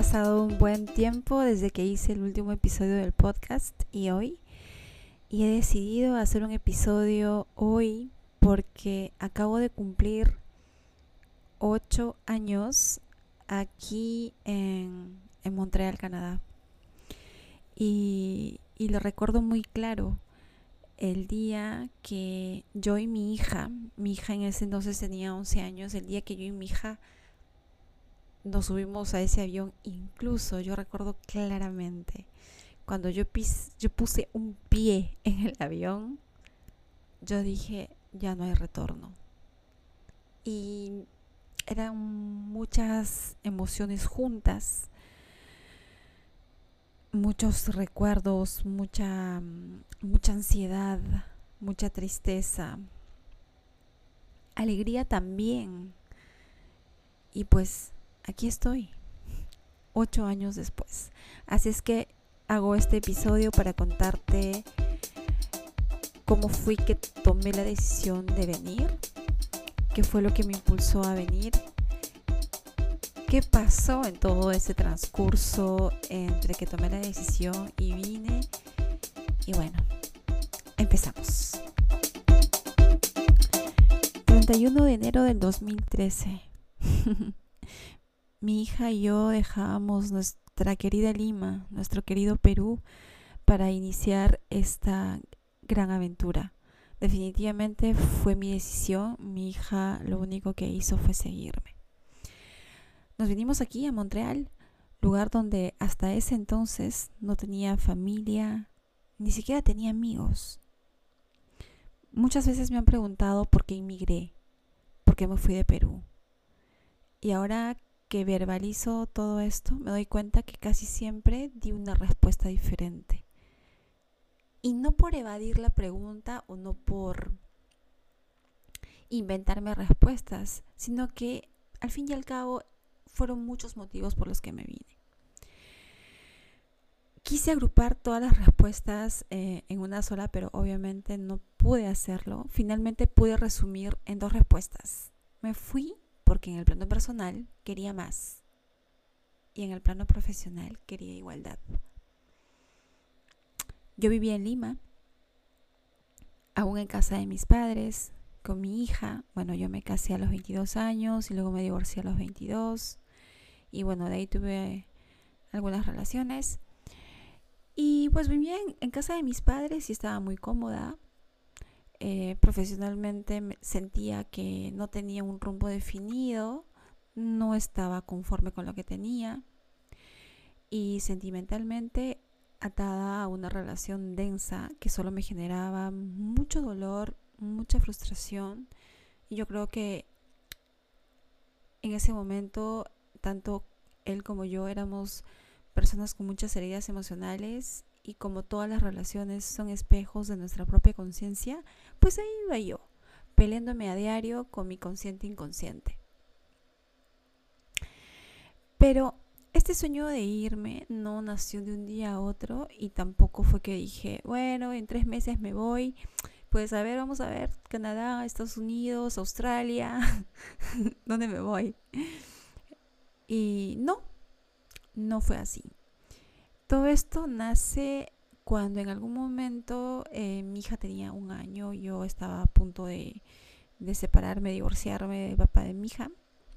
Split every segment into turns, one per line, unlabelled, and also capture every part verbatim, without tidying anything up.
pasado un buen tiempo desde que hice el último episodio del podcast y hoy y he decidido hacer un episodio hoy porque acabo de cumplir ocho años aquí en, en Montreal, Canadá. Y, y lo recuerdo muy claro, el día que yo y mi hija, mi hija en ese entonces tenía once años, el día que yo y mi hija nos subimos a ese avión. Incluso yo recuerdo claramente cuando yo, pis, yo puse un pie en el avión, yo dije, ya no hay retorno. Y eran muchas emociones juntas, muchos recuerdos, mucha, mucha ansiedad, mucha tristeza, alegría también. Y pues aquí estoy, ocho años después. Así es que hago este episodio para contarte cómo fui que tomé la decisión de venir, qué fue lo que me impulsó a venir, qué pasó en todo ese transcurso entre que tomé la decisión y vine. Y bueno, empezamos. treinta y uno de enero del dos mil trece. Mi hija y yo dejábamos nuestra querida Lima, nuestro querido Perú, para iniciar esta gran aventura. Definitivamente fue mi decisión. Mi hija lo único que hizo fue seguirme. Nos vinimos aquí a Montreal, lugar donde hasta ese entonces no tenía familia, ni siquiera tenía amigos. Muchas veces me han preguntado por qué inmigré, por qué me fui de Perú. Y ahora que verbalizo todo esto, me doy cuenta que casi siempre di una respuesta diferente. Y no por evadir la pregunta o no por inventarme respuestas, sino que al fin y al cabo fueron muchos motivos por los que me vine. Quise agrupar todas las respuestas eh, en una sola, pero obviamente no pude hacerlo. Finalmente pude resumir en dos respuestas. Me fui porque en el plano personal quería más y en el plano profesional quería igualdad. Yo vivía en Lima, aún en casa de mis padres, con mi hija. Bueno, yo me casé a los veintidós años y luego me divorcié a los veintidós. Y bueno, de ahí tuve algunas relaciones. Y pues vivía en, en casa de mis padres y estaba muy cómoda. Eh, profesionalmente me sentía que no tenía un rumbo definido, no estaba conforme con lo que tenía. Y sentimentalmente atada a una relación densa que solo me generaba mucho dolor, mucha frustración. Y yo creo que en ese momento tanto él como yo éramos personas con muchas heridas emocionales, y como todas las relaciones son espejos de nuestra propia conciencia, pues ahí iba yo, peleándome a diario con mi consciente inconsciente. Pero este sueño de irme no nació de un día a otro, y tampoco fue que dije, bueno, en tres meses me voy, pues a ver, vamos a ver, Canadá, Estados Unidos, Australia, ¿dónde me voy? Y no, no fue así. Todo esto nace cuando en algún momento eh, mi hija tenía un año, yo estaba a punto de, de separarme, divorciarme del papá de mi hija.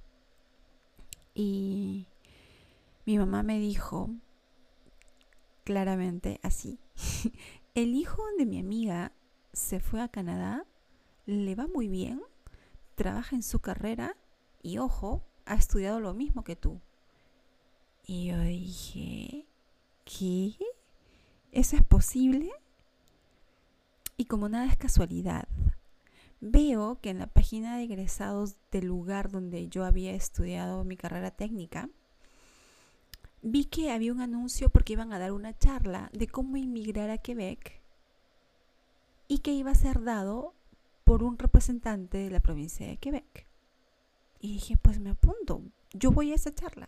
Y mi mamá me dijo claramente así, el hijo de mi amiga se fue a Canadá, le va muy bien, trabaja en su carrera y ojo, ha estudiado lo mismo que tú. Y yo dije, ¿qué? ¿Eso es posible? Y como nada es casualidad, veo que en la página de egresados del lugar donde yo había estudiado mi carrera técnica, vi que había un anuncio porque iban a dar una charla de cómo inmigrar a Quebec y que iba a ser dado por un representante de la provincia de Quebec. Y dije, pues me apunto, yo voy a esa charla.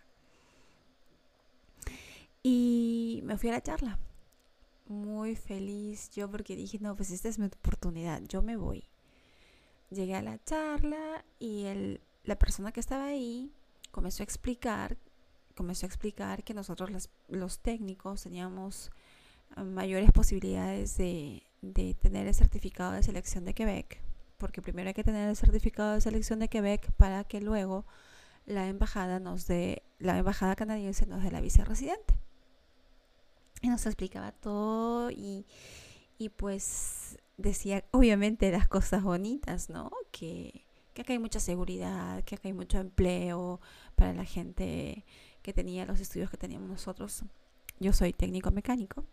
Y me fui a la charla, muy feliz yo porque dije, no, pues esta es mi oportunidad, yo me voy. Llegué a la charla y el, la persona que estaba ahí comenzó a explicar comenzó a explicar que nosotros las, los técnicos teníamos mayores posibilidades de, de tener el certificado de selección de Quebec, porque primero hay que tener el certificado de selección de Quebec para que luego la embajada nos dé, la embajada canadiense nos dé la visa residente. Y nos explicaba todo y, y pues decía obviamente las cosas bonitas, ¿no? Que, que acá hay mucha seguridad, que acá hay mucho empleo para la gente que tenía los estudios que teníamos nosotros. Yo soy técnico mecánico.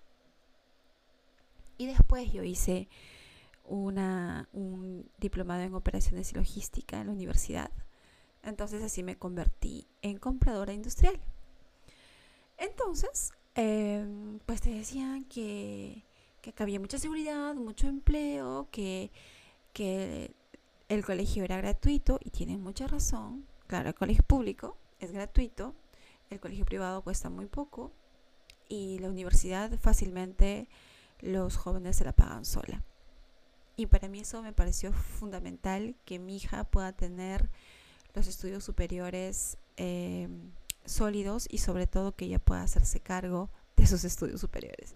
Y después yo hice una, un diplomado en operaciones y logística en la universidad. Entonces así me convertí en compradora industrial. Entonces, eh, pues te decían que, que acá había mucha seguridad, mucho empleo, que, que el colegio era gratuito, y tienen mucha razón. Claro, el colegio público es gratuito, el colegio privado cuesta muy poco, y la universidad fácilmente los jóvenes se la pagan sola. Y para mí eso me pareció fundamental, que mi hija pueda tener los estudios superiores eh, sólidos, y sobre todo que ella pueda hacerse cargo de sus estudios superiores.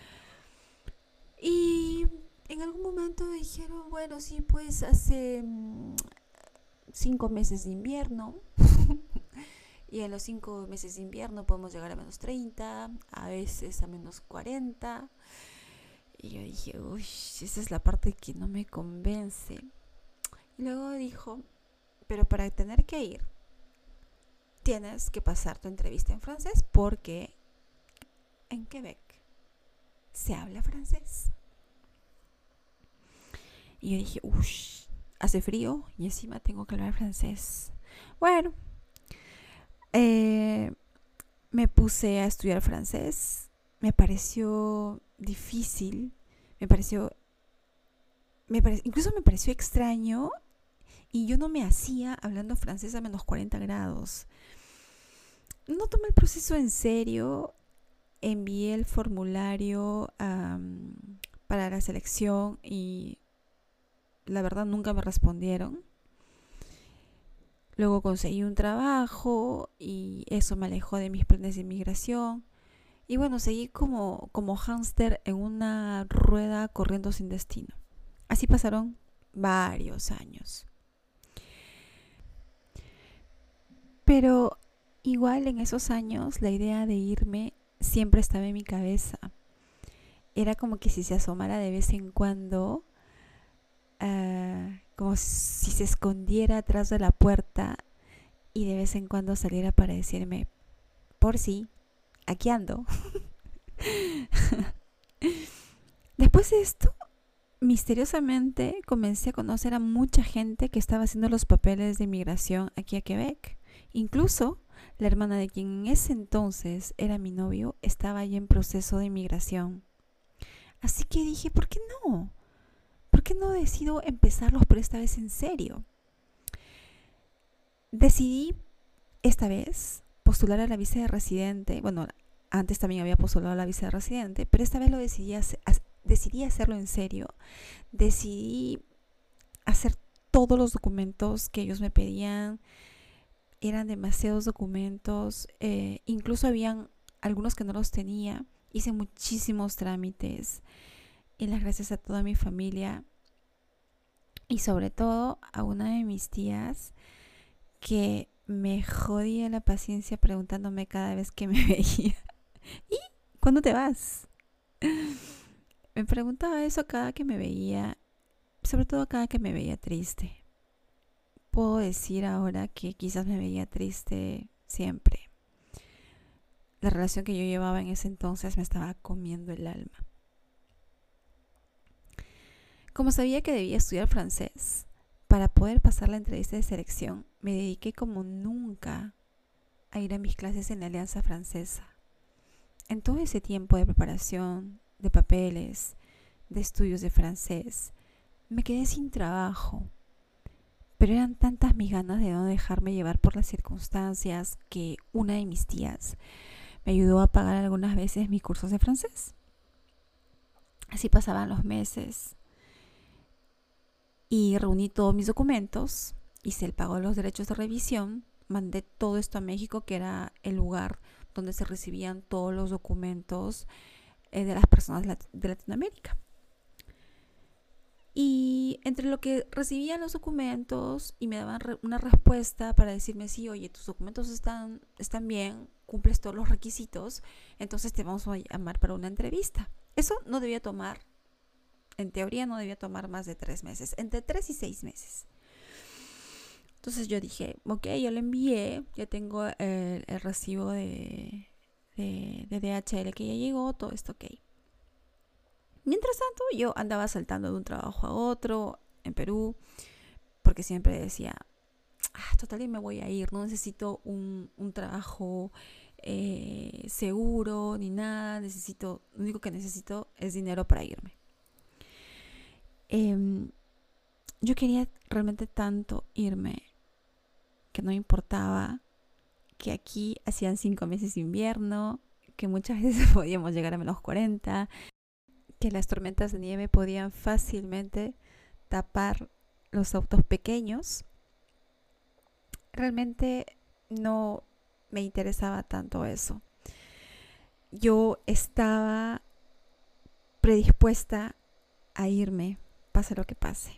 Y en algún momento dijeron, bueno, sí, pues hace mmm, cinco meses de invierno y en los cinco meses de invierno podemos llegar a menos treinta, a veces a menos cuarenta. Y yo dije, uy, esa es la parte que no me convence. Y luego dijo, pero para tener que ir, tienes que pasar tu entrevista en francés, porque en Quebec se habla francés. Y yo dije, uff, hace frío y encima tengo que hablar francés. Bueno, eh, me puse a estudiar francés. Me pareció difícil, me pareció, me pare, incluso me pareció extraño, y yo no me hacía hablando francés a menos cuarenta grados. No tomé el proceso en serio, envié el formulario um, para la selección y la verdad nunca me respondieron. Luego conseguí un trabajo y eso me alejó de mis planes de inmigración. Y bueno, seguí como, como hámster en una rueda corriendo sin destino. Así pasaron varios años. Pero igual en esos años la idea de irme siempre estaba en mi cabeza. Era como que si se asomara de vez en cuando, uh, como si se escondiera atrás de la puerta y de vez en cuando saliera para decirme, por sí, aquí ando. Después de esto, misteriosamente comencé a conocer a mucha gente que estaba haciendo los papeles de inmigración aquí a Quebec. Incluso la hermana de quien en ese entonces era mi novio estaba ya en proceso de inmigración. Así que dije, ¿por qué no? ¿Por qué no decido empezarlos por esta vez en serio? Decidí esta vez postular a la visa de residente. Bueno, antes también había postulado a la visa de residente, pero esta vez lo decidí, hacer, decidí hacerlo en serio. Decidí hacer todos los documentos que ellos me pedían. Eran demasiados documentos, eh, incluso habían algunos que no los tenía. Hice muchísimos trámites, y las gracias a toda mi familia y sobre todo a una de mis tías que me jodía la paciencia preguntándome cada vez que me veía, ¿y cuándo te vas? Me preguntaba eso cada que me veía, sobre todo cada que me veía triste. Puedo decir ahora que quizás me veía triste siempre. La relación que yo llevaba en ese entonces me estaba comiendo el alma. Como sabía que debía estudiar francés para poder pasar la entrevista de selección, me dediqué como nunca a ir a mis clases en la Alianza Francesa. En todo ese tiempo de preparación, de papeles, de estudios de francés, me quedé sin trabajo. Pero eran tantas mis ganas de no dejarme llevar por las circunstancias que una de mis tías me ayudó a pagar algunas veces mis cursos de francés. Así pasaban los meses y reuní todos mis documentos, hice el pago de los derechos de revisión mandé todo esto a México, que era el lugar donde se recibían todos los documentos eh, de las personas de Latinoamérica. Y entre lo que recibían los documentos y me daban re- una respuesta para decirme, sí, oye, tus documentos están, están bien, cumples todos los requisitos, entonces te vamos a llamar para una entrevista. Eso no debía tomar, en teoría no debía tomar más de tres meses, entre tres y seis meses. Entonces yo dije, ok, yo le envié, ya tengo el, el recibo de, de, de D H L que ya llegó, todo esto ok. Mientras tanto, yo andaba saltando de un trabajo a otro en Perú, porque siempre decía, ah, total, y me voy a ir, no necesito un, un trabajo eh, seguro ni nada, necesito, lo único que necesito es dinero para irme. Eh, yo quería realmente tanto irme que no importaba que aquí hacían cinco meses de invierno, que muchas veces podíamos llegar a menos cuarenta, que las tormentas de nieve podían fácilmente tapar los autos pequeños. Realmente no me interesaba tanto eso. Yo estaba predispuesta a irme, pase lo que pase.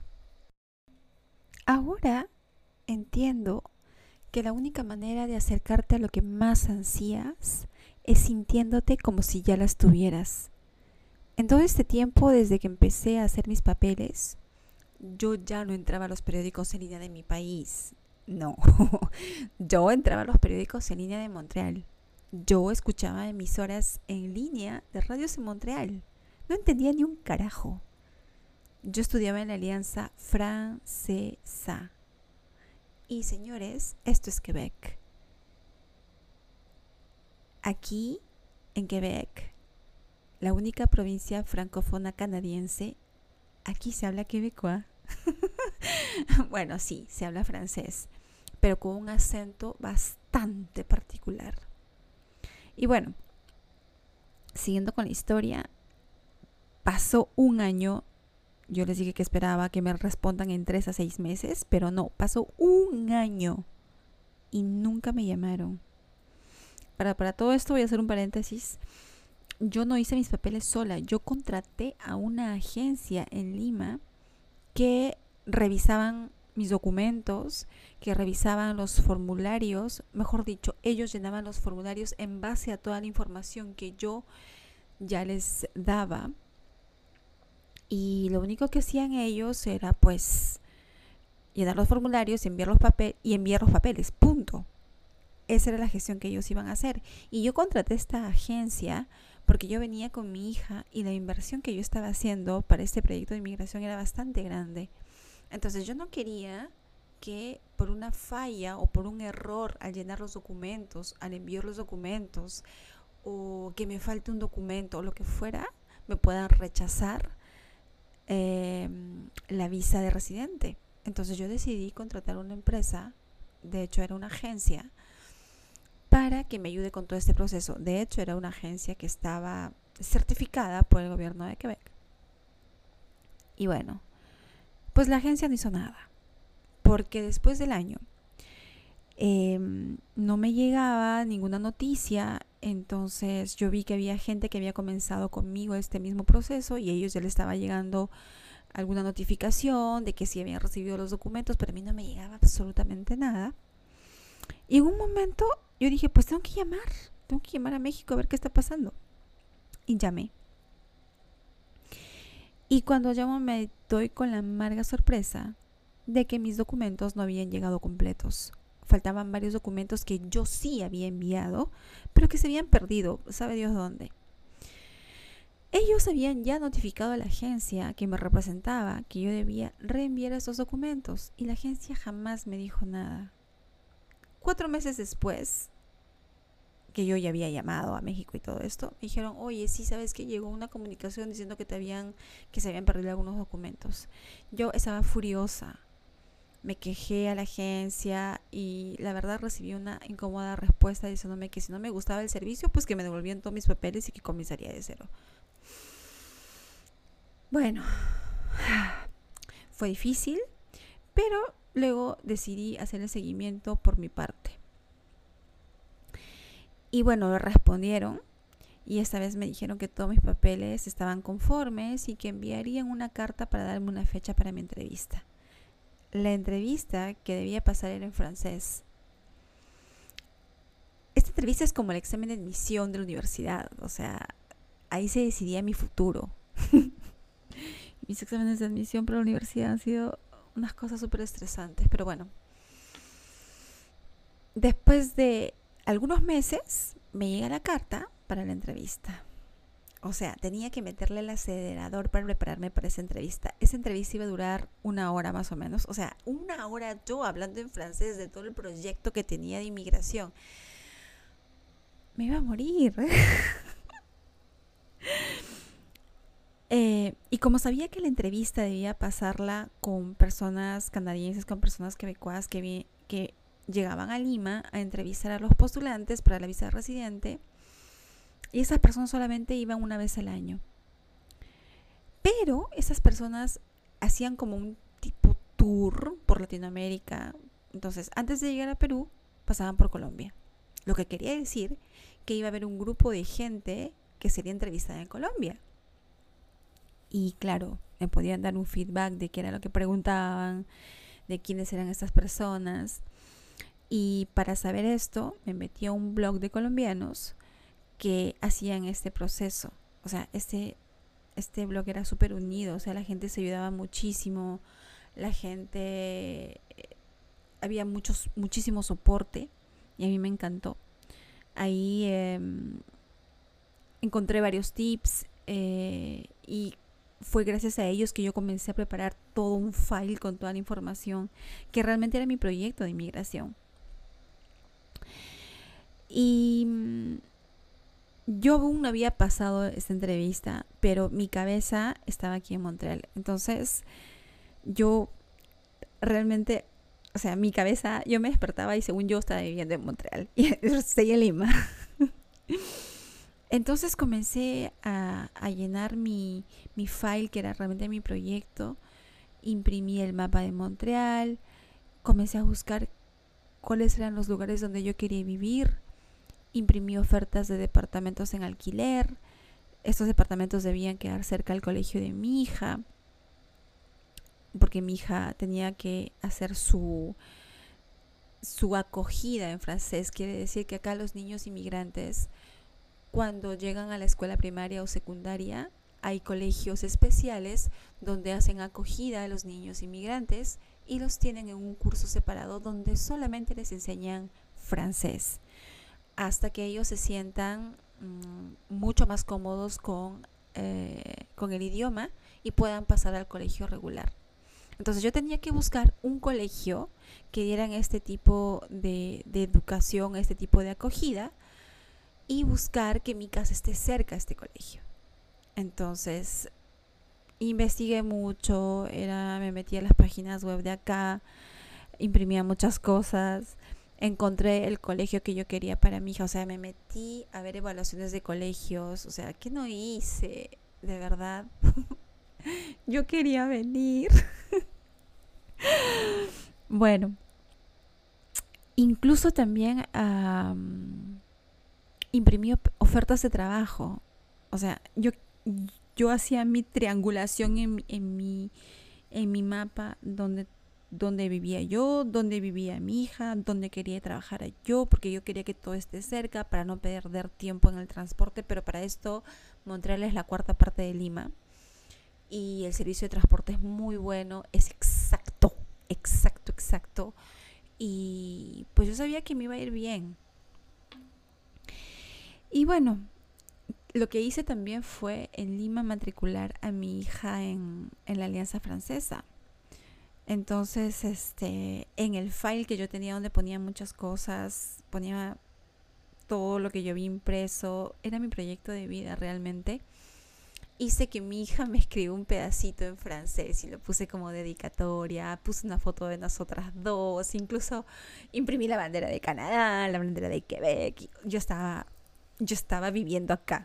Ahora entiendo que la única manera de acercarte a lo que más ansías es sintiéndote como si ya las tuvieras. En todo este tiempo, desde que empecé a hacer mis papeles, yo ya no entraba a los periódicos en línea de mi país. No, yo entraba a los periódicos en línea de Montreal. Yo escuchaba emisoras en línea de radios en Montreal. No entendía ni un carajo. Yo estudiaba en la Alianza Francesa. Y señores, esto es Quebec. Aquí, en Quebec, la única provincia francófona canadiense, aquí se habla quebecois. Bueno, sí, se habla francés, pero con un acento bastante particular. Y bueno, siguiendo con la historia, pasó un año. Yo les dije que esperaba que me respondan en tres a seis meses, pero no, pasó un año y nunca me llamaron. Para, para todo esto voy a hacer un paréntesis. Yo no hice mis papeles sola, yo contraté a una agencia en Lima que revisaban mis documentos, que revisaban los formularios, mejor dicho, ellos llenaban los formularios en base a toda la información que yo ya les daba. Y lo único que hacían ellos era pues llenar los formularios y enviar los, papel- y enviar los papeles, punto. Esa era la gestión que ellos iban a hacer. Y yo contraté esta agencia porque yo venía con mi hija y la inversión que yo estaba haciendo para este proyecto de inmigración era bastante grande. Entonces yo no quería que por una falla o por un error al llenar los documentos, al enviar los documentos, o que me falte un documento o lo que fuera, me puedan rechazar eh, la visa de residente. Entonces yo decidí contratar una empresa, de hecho era una agencia, para que me ayude con todo este proceso. De hecho era una agencia que estaba certificada por el gobierno de Quebec. Y bueno, pues la agencia no hizo nada, porque después del año eh, no me llegaba ninguna noticia. Entonces yo vi que había gente que había comenzado conmigo este mismo proceso y a ellos ya les estaba llegando alguna notificación de que sí habían recibido los documentos, pero a mí no me llegaba absolutamente nada. Y en un momento yo dije, pues tengo que llamar, tengo que llamar a México a ver qué está pasando. Y llamé. Y cuando llamo me doy con la amarga sorpresa de que mis documentos no habían llegado completos. Faltaban varios documentos que yo sí había enviado, pero que se habían perdido, sabe Dios dónde. Ellos habían ya notificado a la agencia que me representaba que yo debía reenviar esos documentos y la agencia jamás me dijo nada. Cuatro meses después, que yo ya había llamado a México y todo esto, me dijeron, oye, sí, sabes que llegó una comunicación diciendo que te habían, que se habían perdido algunos documentos. Yo estaba furiosa. Me quejé a la agencia y la verdad recibí una incómoda respuesta diciéndome que si no me gustaba el servicio, pues que me devolvían todos mis papeles y que comenzaría de cero. Bueno, fue difícil, Pero luego decidí hacer el seguimiento por mi parte. Y bueno, me respondieron. Y esta vez me dijeron que todos mis papeles estaban conformes y que enviarían una carta para darme una fecha para mi entrevista. La entrevista que debía pasar era en francés. Esta entrevista es como el examen de admisión de la universidad. O sea, ahí se decidía mi futuro. Mis exámenes de admisión para la universidad han sido unas cosas súper estresantes. Pero bueno, después de algunos meses me llega la carta para la entrevista. O sea, tenía que meterle el acelerador para prepararme para esa entrevista. Esa entrevista iba a durar una hora más o menos. O sea, una hora yo hablando en francés de todo el proyecto que tenía de inmigración. Me iba a morir. eh, y como sabía que la entrevista debía pasarla con personas canadienses, con personas quebecuas que, vi, que llegaban a Lima a entrevistar a los postulantes para la visa de residente, y esas personas solamente iban una vez al año. Pero esas personas hacían como un tipo tour por Latinoamérica. Entonces, antes de llegar a Perú, pasaban por Colombia. Lo que quería decir que iba a haber un grupo de gente que sería entrevistada en Colombia. Y claro, me podían dar un feedback de qué era lo que preguntaban, de quiénes eran estas personas. Y para saber esto, me metí a un blog de colombianos que hacían este proceso. O sea, este, este blog era súper unido. O sea, la gente se ayudaba muchísimo. La gente... Había muchos, muchísimo soporte. Y a mí me encantó. Ahí eh, encontré varios tips. Eh, y fue gracias a ellos que yo comencé a preparar todo un file con toda la información. Que realmente era mi proyecto de inmigración. Y... yo aún no había pasado esta entrevista, pero mi cabeza estaba aquí en Montreal. Entonces, yo realmente, o sea, mi cabeza, yo me despertaba y según yo estaba viviendo en Montreal. Y estoy en Lima. Entonces comencé a, a llenar mi, mi file, que era realmente mi proyecto. Imprimí el mapa de Montreal. Comencé a buscar cuáles eran los lugares donde yo quería vivir. Imprimí ofertas de departamentos en alquiler. Estos departamentos debían quedar cerca al colegio de mi hija, porque mi hija tenía que hacer su, su acogida en francés. Quiere decir que acá los niños inmigrantes, cuando llegan a la escuela primaria o secundaria, hay colegios especiales donde hacen acogida a los niños inmigrantes y los tienen en un curso separado donde solamente les enseñan francés, hasta que ellos se sientan mmm, mucho más cómodos con, eh, con el idioma y puedan pasar al colegio regular. Entonces yo tenía que buscar un colegio que dieran este tipo de, de educación, este tipo de acogida, y buscar que mi casa esté cerca a este colegio. Entonces investigué mucho, era, me metí a las páginas web de acá, imprimía muchas cosas. Encontré el colegio que yo quería para mi hija. O sea, me metí a ver evaluaciones de colegios. O sea, ¿qué no hice? De verdad. Yo quería venir. Bueno. Incluso también um, imprimí ofertas de trabajo. O sea, yo, yo hacía mi triangulación en, en, mi, en mi mapa donde donde vivía yo, donde vivía mi hija, donde quería trabajar yo, porque yo quería que todo esté cerca para no perder tiempo en el transporte. Pero para esto Montreal es la cuarta parte de Lima y el servicio de transporte es muy bueno, es exacto, exacto, exacto. Y pues yo sabía que me iba a ir bien. Y bueno, lo que hice también fue en Lima matricular a mi hija en, en la Alianza Francesa. Entonces, este, en el file que yo tenía donde ponía muchas cosas, ponía todo lo que yo había impreso, era mi proyecto de vida realmente. Hice que mi hija me escribió un pedacito en francés y lo puse como dedicatoria, puse una foto de nosotras dos, incluso imprimí la bandera de Canadá, la bandera de Quebec. Yo estaba, yo estaba viviendo acá,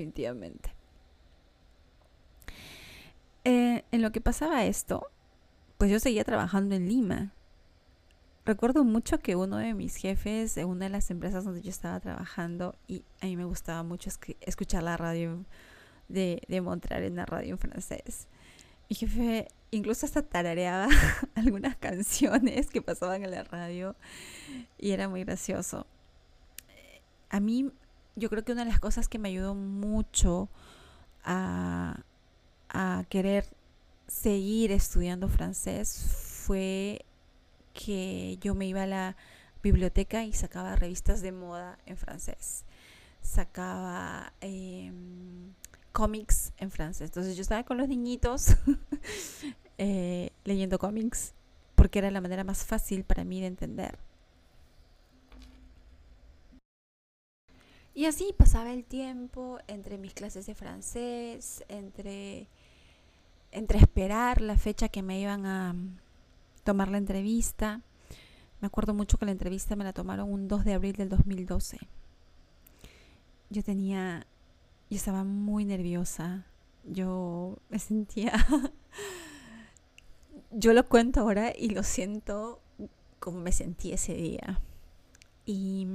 definitivamente. Eh, en lo que pasaba esto, pues yo seguía trabajando en Lima. Recuerdo mucho que uno de mis jefes de una de las empresas donde yo estaba trabajando, y a mí me gustaba mucho escuchar la radio de, de Montreal, en la radio en francés. Mi jefe incluso hasta tarareaba algunas canciones que pasaban en la radio y era muy gracioso. A mí, yo creo que una de las cosas que me ayudó mucho a, a querer seguir estudiando francés fue que yo me iba a la biblioteca y sacaba revistas de moda en francés. Sacaba eh, cómics en francés. Entonces yo estaba con los niñitos eh, leyendo cómics porque era la manera más fácil para mí de entender. Y así pasaba el tiempo entre mis clases de francés, entre, entre esperar la fecha que me iban a tomar la entrevista. Me acuerdo mucho que la entrevista me la tomaron un dos de abril del dos mil doce. Yo tenía, yo estaba muy nerviosa. Yo me sentía, yo lo cuento ahora y lo siento como me sentí ese día. Y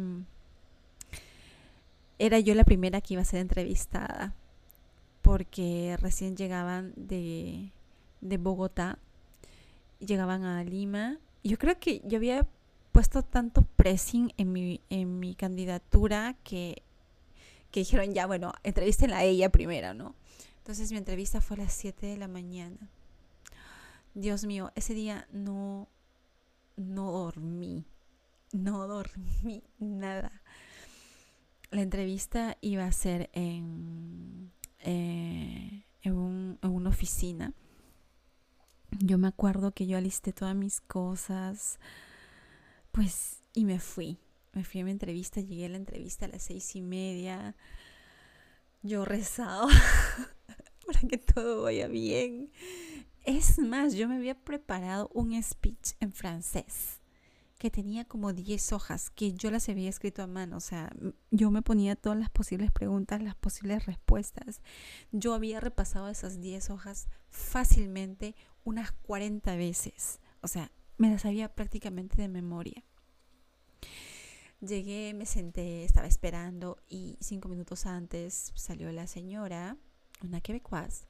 era yo la primera que iba a ser entrevistada porque recién llegaban de, de Bogotá, llegaban a Lima. Yo creo que yo había puesto tanto pressing en mi, en mi candidatura que, que dijeron ya, bueno, entrevístenla a ella primero, ¿no? Entonces mi entrevista fue a las siete de la mañana. Dios mío, ese día no, no dormí, no dormí nada. La entrevista iba a ser en, eh, en, un, en una oficina. Yo me acuerdo que yo alisté todas mis cosas, pues, y me fui. Me fui a mi entrevista, llegué a la entrevista a las seis y media. Yo rezaba para que todo vaya bien. Es más, yo me había preparado un speech en francés que tenía como diez hojas, que yo las había escrito a mano. O sea, yo me ponía todas las posibles preguntas, las posibles respuestas. Yo había repasado esas diez hojas fácilmente unas cuarenta veces. O sea, me las sabía prácticamente de memoria. Llegué, me senté, estaba esperando y cinco minutos antes salió la señora, una quebecoise,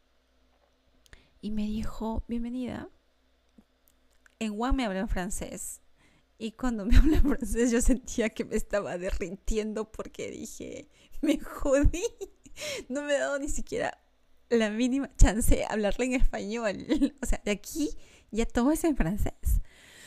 y me dijo, bienvenida. En Juan me habló en francés. Y cuando me habló en francés yo sentía que me estaba derritiendo porque dije, me jodí. No me he dado ni siquiera la mínima chance de hablarle en español. O sea, de aquí ya todo es en francés.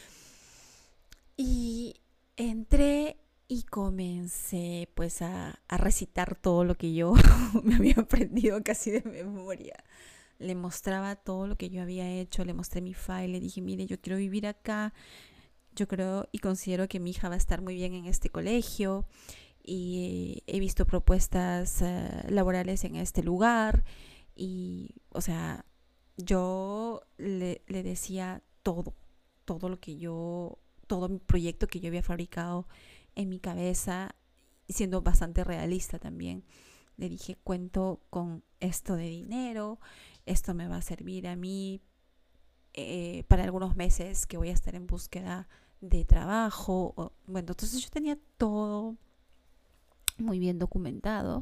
Y entré y comencé pues a, a recitar todo lo que yo me había aprendido casi de memoria. Le mostraba todo lo que yo había hecho, le mostré mi file, le dije, mire, yo quiero vivir acá, yo creo y considero que mi hija va a estar muy bien en este colegio y he visto propuestas uh, laborales en este lugar y, o sea, yo le, le decía todo, todo lo que yo, todo mi proyecto que yo había fabricado en mi cabeza, siendo bastante realista también. Le dije, cuento con esto de dinero, esto me va a servir a mí eh, para algunos meses que voy a estar en búsqueda de trabajo. O, bueno, entonces yo tenía todo muy bien documentado.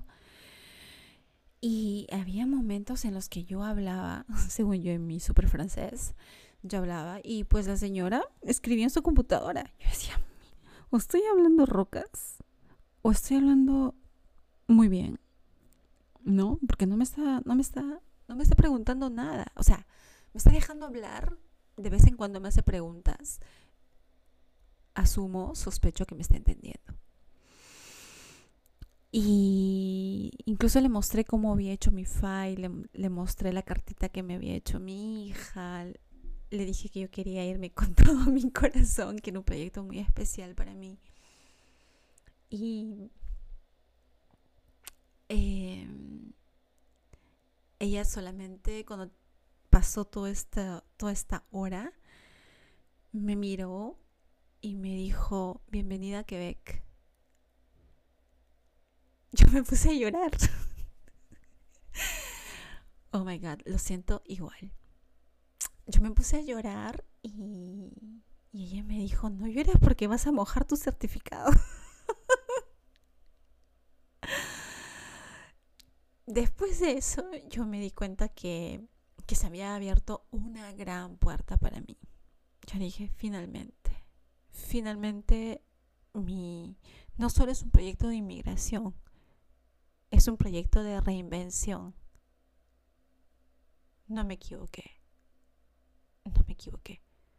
Y había momentos en los que yo hablaba, según yo en mi super francés, yo hablaba y pues la señora escribía en su computadora. Yo decía, ¿o estoy hablando rocas? ¿O estoy hablando muy bien? No, porque no me está, no me está, no me está preguntando nada. O sea, me está dejando hablar. De vez en cuando me hace preguntas. Asumo, sospecho que me está entendiendo. Y incluso le mostré cómo había hecho mi file, le, le mostré la cartita que me había hecho mi hija. Le dije que yo quería irme con todo mi corazón, que era un proyecto muy especial para mí. Y eh, ella solamente cuando pasó toda esta, toda esta hora me miró y me dijo, bienvenida a Quebec. Yo me puse a llorar. Oh my God, lo siento igual. yo me puse a llorar y, y ella me dijo, no llores porque vas a mojar tu certificado. Después de eso, yo me di cuenta que, que se había abierto una gran puerta para mí. Yo dije, finalmente, finalmente mi no solo es un proyecto de inmigración, es un proyecto de reinvención. No me equivoqué, no me equivoqué.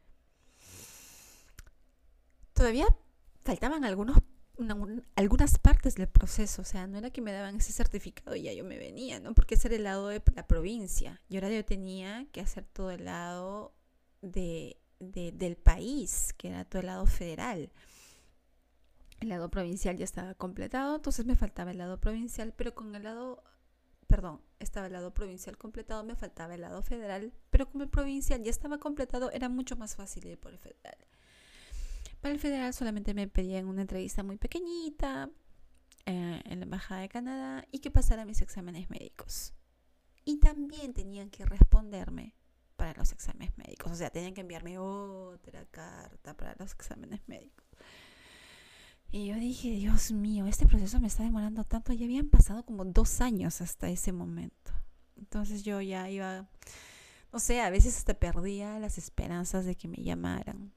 Todavía faltaban algunos una, algunas partes del proceso, o sea, no era que me daban ese certificado y ya yo me venía, ¿no? Porque ese era el lado de la provincia y ahora yo tenía que hacer todo el lado de, de, del país, que era todo el lado federal. El lado provincial ya estaba completado, entonces me faltaba el lado provincial, pero con el lado, perdón, estaba el lado provincial completado, me faltaba el lado federal, pero como el provincial ya estaba completado, era mucho más fácil ir por el federal. Para el federal solamente me pedían una entrevista muy pequeñita eh, en la Embajada de Canadá y que pasara mis exámenes médicos. Y también tenían que responderme para los exámenes médicos, o sea, tenían que enviarme otra carta para los exámenes médicos. Y yo dije, Dios mío, este proceso me está demorando tanto. Ya habían pasado como dos años hasta ese momento. Entonces yo ya iba, no sé, a veces hasta perdía las esperanzas de que me llamaran.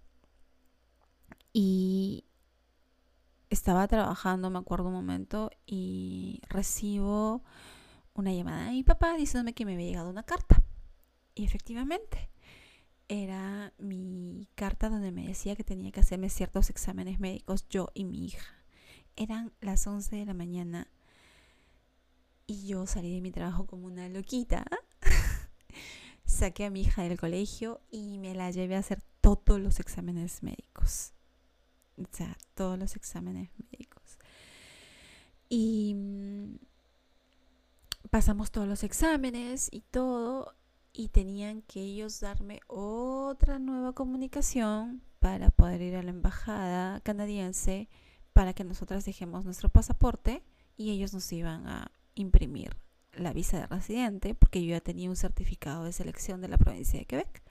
Y estaba trabajando, me acuerdo un momento, y recibo una llamada de mi papá diciéndome que me había llegado una carta. Y efectivamente, era mi carta donde me decía que tenía que hacerme ciertos exámenes médicos yo y mi hija. Eran las once de la mañana y yo salí de mi trabajo como una loquita. Saqué a mi hija del colegio y me la llevé a hacer todos los exámenes médicos. O sea, todos los exámenes médicos. Y pasamos todos los exámenes y todo. Y tenían que ellos darme otra nueva comunicación para poder ir a la embajada canadiense para que nosotras dejemos nuestro pasaporte y ellos nos iban a imprimir la visa de residente porque yo ya tenía un certificado de selección de la provincia de Quebec.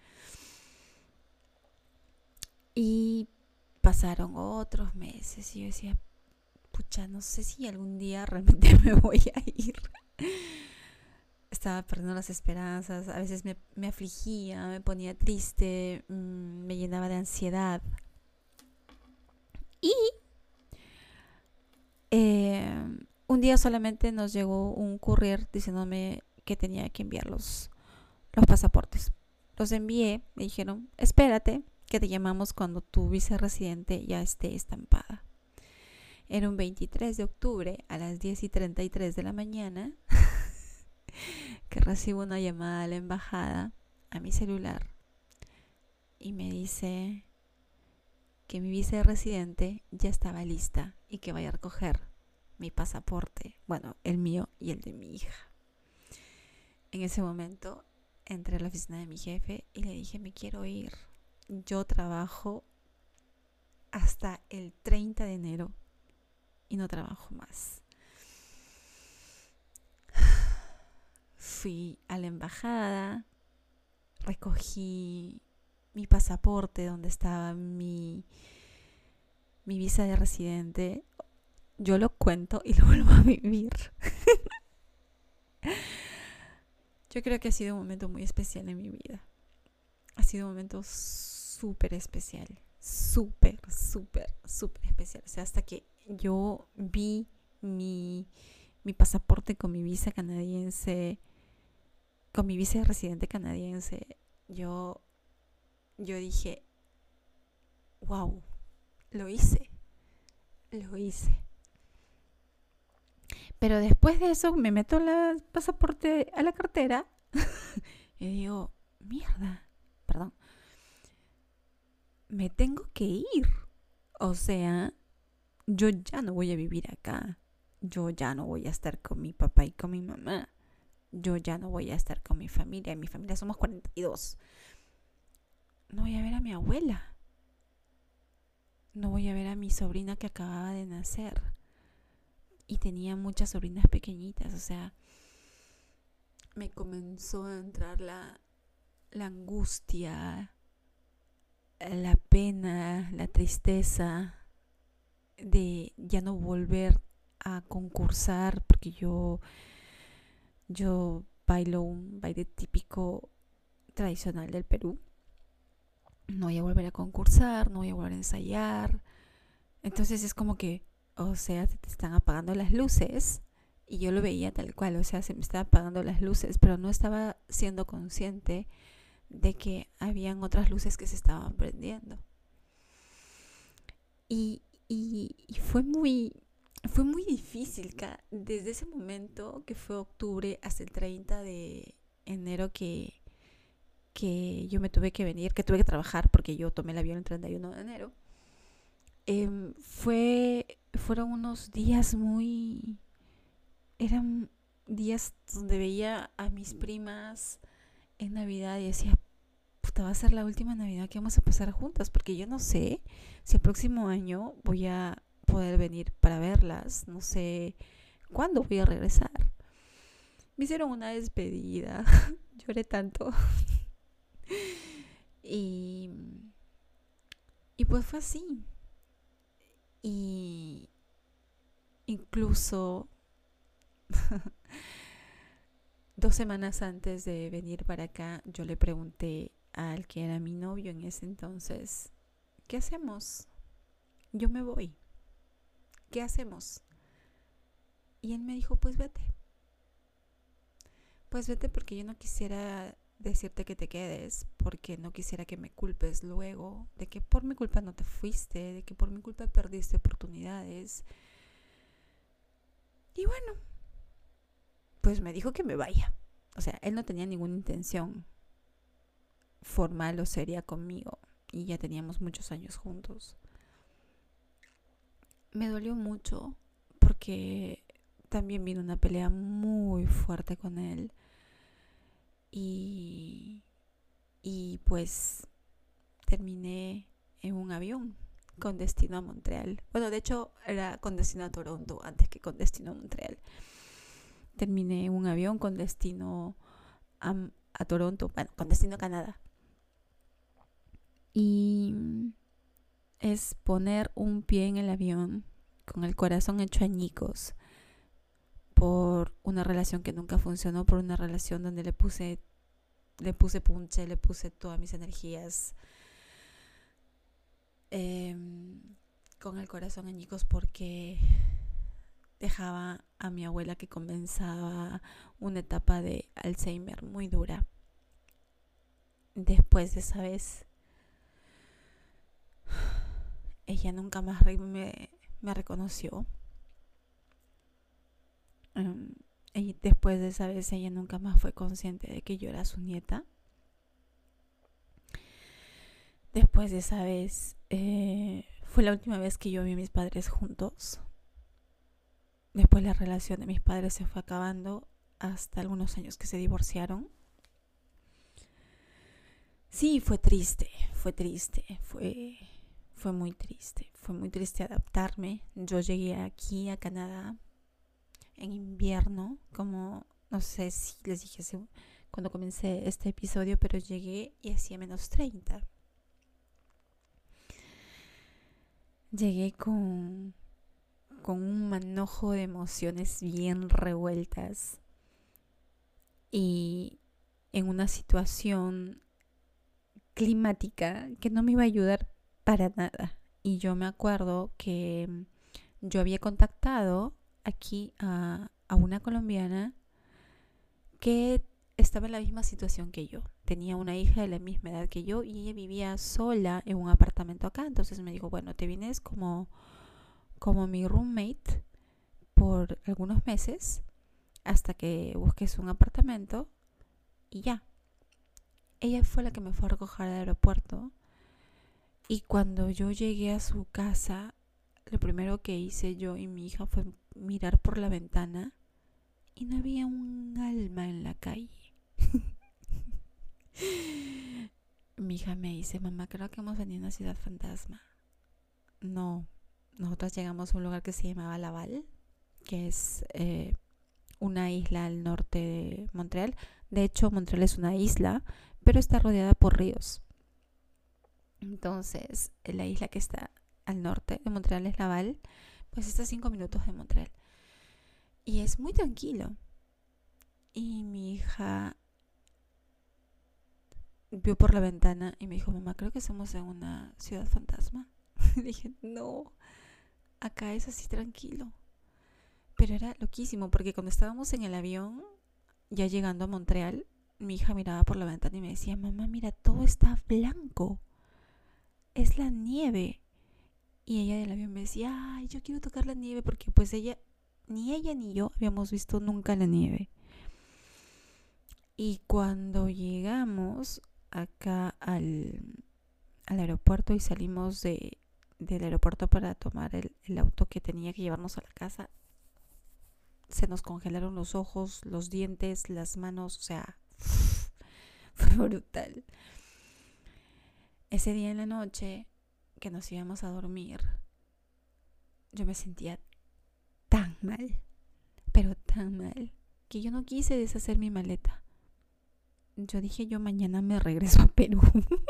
Y pasaron otros meses y yo decía, pucha, no sé si algún día realmente me voy a ir. Estaba perdiendo las esperanzas, a veces me, me afligía, me ponía triste, mmm, me llenaba de ansiedad. Y eh, un día solamente nos llegó un courier diciéndome que tenía que enviar los, los pasaportes. Los envié, me dijeron, espérate, que te llamamos cuando tu viceresidente ya esté estampada. Era un veintitrés de octubre a las diez y treinta y tres de la mañana que recibo una llamada a la embajada a mi celular y me dice que mi viceresidente ya estaba lista y que vaya a recoger mi pasaporte, bueno, el mío y el de mi hija. En ese momento entré a la oficina de mi jefe y le dije, me quiero ir. Yo trabajo hasta el treinta de enero y no trabajo más. Fui a la embajada, recogí mi pasaporte donde estaba mi, mi visa de residente. Yo lo cuento y lo vuelvo a vivir. Yo creo que ha sido un momento muy especial en mi vida. Ha sido un momento súper especial. Súper, súper, súper especial. O sea, hasta que yo vi mi, mi pasaporte con mi visa canadiense, con mi visa de residente canadiense, yo, yo dije, wow, lo hice, lo hice. Pero después de eso me meto el pasaporte a la cartera y digo, mierda, perdón, me tengo que ir. O sea, yo ya no voy a vivir acá. Yo ya no voy a estar con mi papá y con mi mamá. Yo ya no voy a estar con mi familia. En mi familia somos cuarenta y dos. No voy a ver a mi abuela. No voy a ver a mi sobrina que acababa de nacer. Y tenía muchas sobrinas pequeñitas. O sea, me comenzó a entrar la, la angustia, la pena, la tristeza de ya no volver a concursar, porque yo, yo bailo un baile típico tradicional del Perú. No voy a volver a concursar, no voy a volver a ensayar. Entonces es como que, o sea, se te están apagando las luces. Y yo lo veía tal cual, o sea, se me estaban apagando las luces, pero no estaba siendo consciente de que habían otras luces que se estaban prendiendo. Y, y, y fue muy, fue muy difícil, desde ese momento, que fue octubre, hasta el treinta de enero, que, que yo me tuve que venir, que tuve que trabajar, porque yo tomé el avión el treinta y uno de enero. Eh, fue, fueron unos días muy... Eran días donde veía a mis primas en Navidad y decía, puta, va a ser la última Navidad que vamos a pasar juntas, porque yo no sé si el próximo año voy a poder venir para verlas, no sé cuándo voy a regresar. Me hicieron una despedida, lloré tanto. y, y pues fue así. Y incluso dos semanas antes de venir para acá, yo le pregunté al que era mi novio en ese entonces, ¿qué hacemos? Yo me voy. ¿Qué hacemos? Y él me dijo, pues vete. Pues vete, porque yo no quisiera decirte que te quedes, porque no quisiera que me culpes luego de que por mi culpa no te fuiste, de que por mi culpa perdiste oportunidades. Y bueno, pues me dijo que me vaya. O sea, él no tenía ninguna intención formal o seria conmigo, y ya teníamos muchos años juntos. Me dolió mucho porque también vino una pelea muy fuerte con él. Y, y pues terminé en un avión con destino a Montreal. Bueno, de hecho era con destino a Toronto antes que con destino a Montreal. Terminé en un avión con destino a, a Toronto, bueno, con destino a Canadá. Y es poner un pie en el avión con el corazón hecho añicos por una relación que nunca funcionó, por una relación donde le puse le puse punche, le puse todas mis energías, eh, con el corazón añicos, porque dejaba a mi abuela, que comenzaba una etapa de Alzheimer muy dura. Después de esa vez, ella nunca más me, me reconoció. Um, y después de esa vez, ella nunca más fue consciente de que yo era su nieta. Después de esa vez, eh, fue la última vez que yo vi a mis padres juntos. Después la relación de mis padres se fue acabando hasta algunos años que se divorciaron. Sí, fue triste, fue triste, fue, fue muy triste. Fue muy triste adaptarme. Yo llegué aquí a Canadá en invierno, como no sé si les dije cuando comencé este episodio, pero llegué y hacía menos treinta. Llegué con, con un manojo de emociones bien revueltas y en una situación climática que no me iba a ayudar para nada. Y yo me acuerdo que yo había contactado aquí a, a una colombiana que estaba en la misma situación que yo. Tenía una hija de la misma edad que yo y ella vivía sola en un apartamento acá. Entonces me dijo, bueno, te vienes como, como mi roommate por algunos meses hasta que busques un apartamento y ya. Ella fue la que me fue a recoger al aeropuerto, y cuando yo llegué a su casa, lo primero que hice yo y mi hija fue mirar por la ventana y no había un alma en la calle. Mi hija me dice, mamá, creo que hemos venido a una ciudad fantasma. No, nosotros llegamos a un lugar que se llamaba Laval, que es eh, una isla al norte de Montreal. De hecho, Montreal es una isla, pero está rodeada por ríos. Entonces, la isla que está al norte de Montreal es Laval, pues está a cinco minutos de Montreal. Y es muy tranquilo. Y mi hija vio por la ventana y me dijo, mamá, creo que estamos en una ciudad fantasma. Y dije, no, acá es así tranquilo. Pero era loquísimo, porque cuando estábamos en el avión, ya llegando a Montreal, mi hija miraba por la ventana y me decía, mamá, mira, todo está blanco. Es la nieve. Y ella del avión me decía, ay, yo quiero tocar la nieve, porque pues ella, ni ella ni yo habíamos visto nunca la nieve. Y cuando llegamos acá al, al aeropuerto y salimos de, del aeropuerto para tomar el, el auto que tenía que llevarnos a la casa, se nos congelaron los ojos, los dientes, las manos, o sea, fue brutal. Ese día en la noche que nos íbamos a dormir, yo me sentía tan mal, pero tan mal, que yo no quise deshacer mi maleta. Yo dije, yo mañana me regreso a Perú.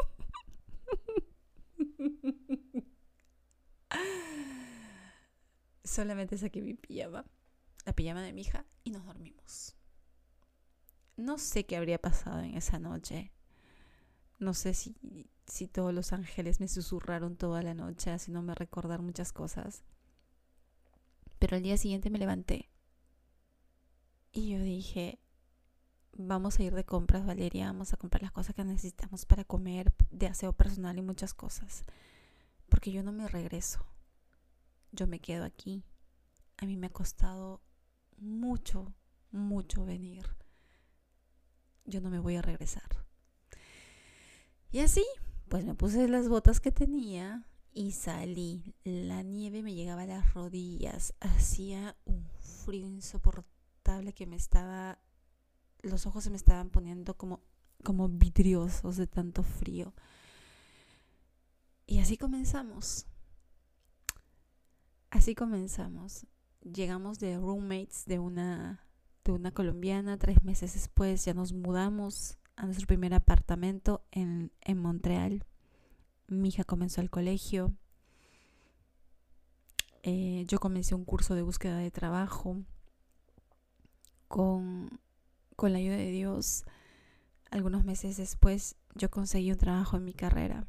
Solamente saqué mi pijama, la pijama de mi hija, y nos dormimos. No sé qué habría pasado en esa noche. No sé si, si todos los ángeles me susurraron toda la noche, haciéndome recordar muchas cosas. Pero al día siguiente me levanté y yo dije, vamos a ir de compras, Valeria, vamos a comprar las cosas que necesitamos para comer, de aseo personal y muchas cosas. Porque yo no me regreso. Yo me quedo aquí. A mí me ha costado mucho, mucho venir. Yo no me voy a regresar. Y así, pues me puse las botas que tenía y salí. La nieve me llegaba a las rodillas. Hacía un frío insoportable que me estaba... Los ojos se me estaban poniendo como, como vidriosos de tanto frío. Y así comenzamos. Así comenzamos. Llegamos de roommates de una, de una colombiana. Tres meses después ya nos mudamos a nuestro primer apartamento en, en Montreal. Mi hija comenzó el colegio. Eh, yo comencé un curso de búsqueda de trabajo. Con, con la ayuda de Dios, algunos meses después, yo conseguí un trabajo en mi carrera.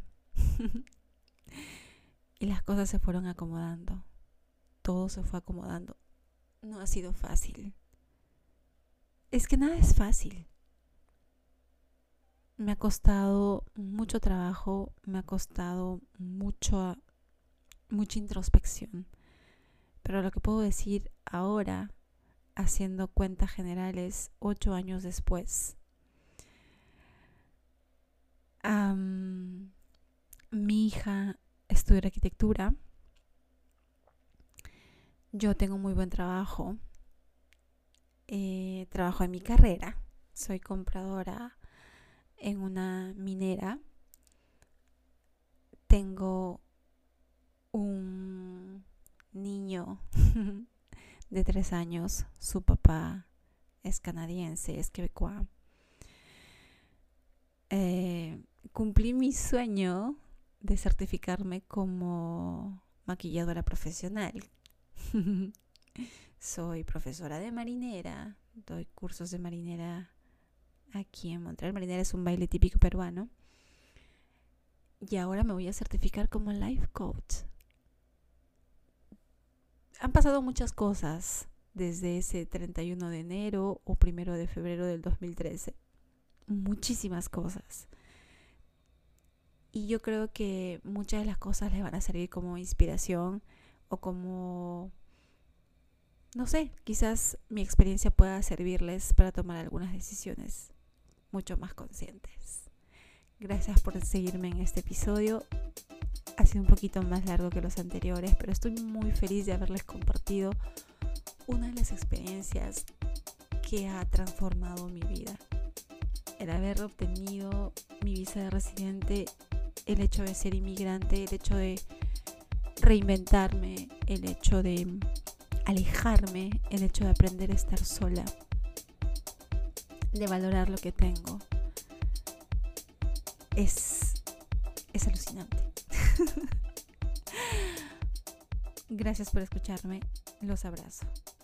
Y las cosas se fueron acomodando. Todo se fue acomodando. No ha sido fácil. Es que nada es fácil. Me ha costado mucho trabajo, me ha costado mucho, mucha introspección. Pero lo que puedo decir ahora, haciendo cuentas generales, ocho años después, um, mi hija estudia arquitectura. Yo tengo muy buen trabajo. Eh, trabajo en mi carrera. Soy compradora en una minera. Tengo un niño de tres años. Su papá es canadiense, es quebecois. Eh, cumplí mi sueño de certificarme como maquilladora profesional. Soy profesora de marinera, doy cursos de marinera aquí en Montreal. Marinera es un baile típico peruano. Y ahora me voy a certificar como life coach. Han pasado muchas cosas desde ese treinta y uno de enero o primero de febrero del dos mil trece. Muchísimas cosas. Y yo creo que muchas de las cosas les van a servir como inspiración o como, no sé, quizás mi experiencia pueda servirles para tomar algunas decisiones mucho más conscientes. Gracias por seguirme en este episodio. Ha sido un poquito más largo que los anteriores, pero estoy muy feliz de haberles compartido una de las experiencias que ha transformado mi vida. El haber obtenido mi visa de residente, el hecho de ser inmigrante, el hecho de reinventarme, el hecho de alejarme, el hecho de aprender a estar sola, de valorar lo que tengo. es, es alucinante. Gracias por escucharme. Los abrazo.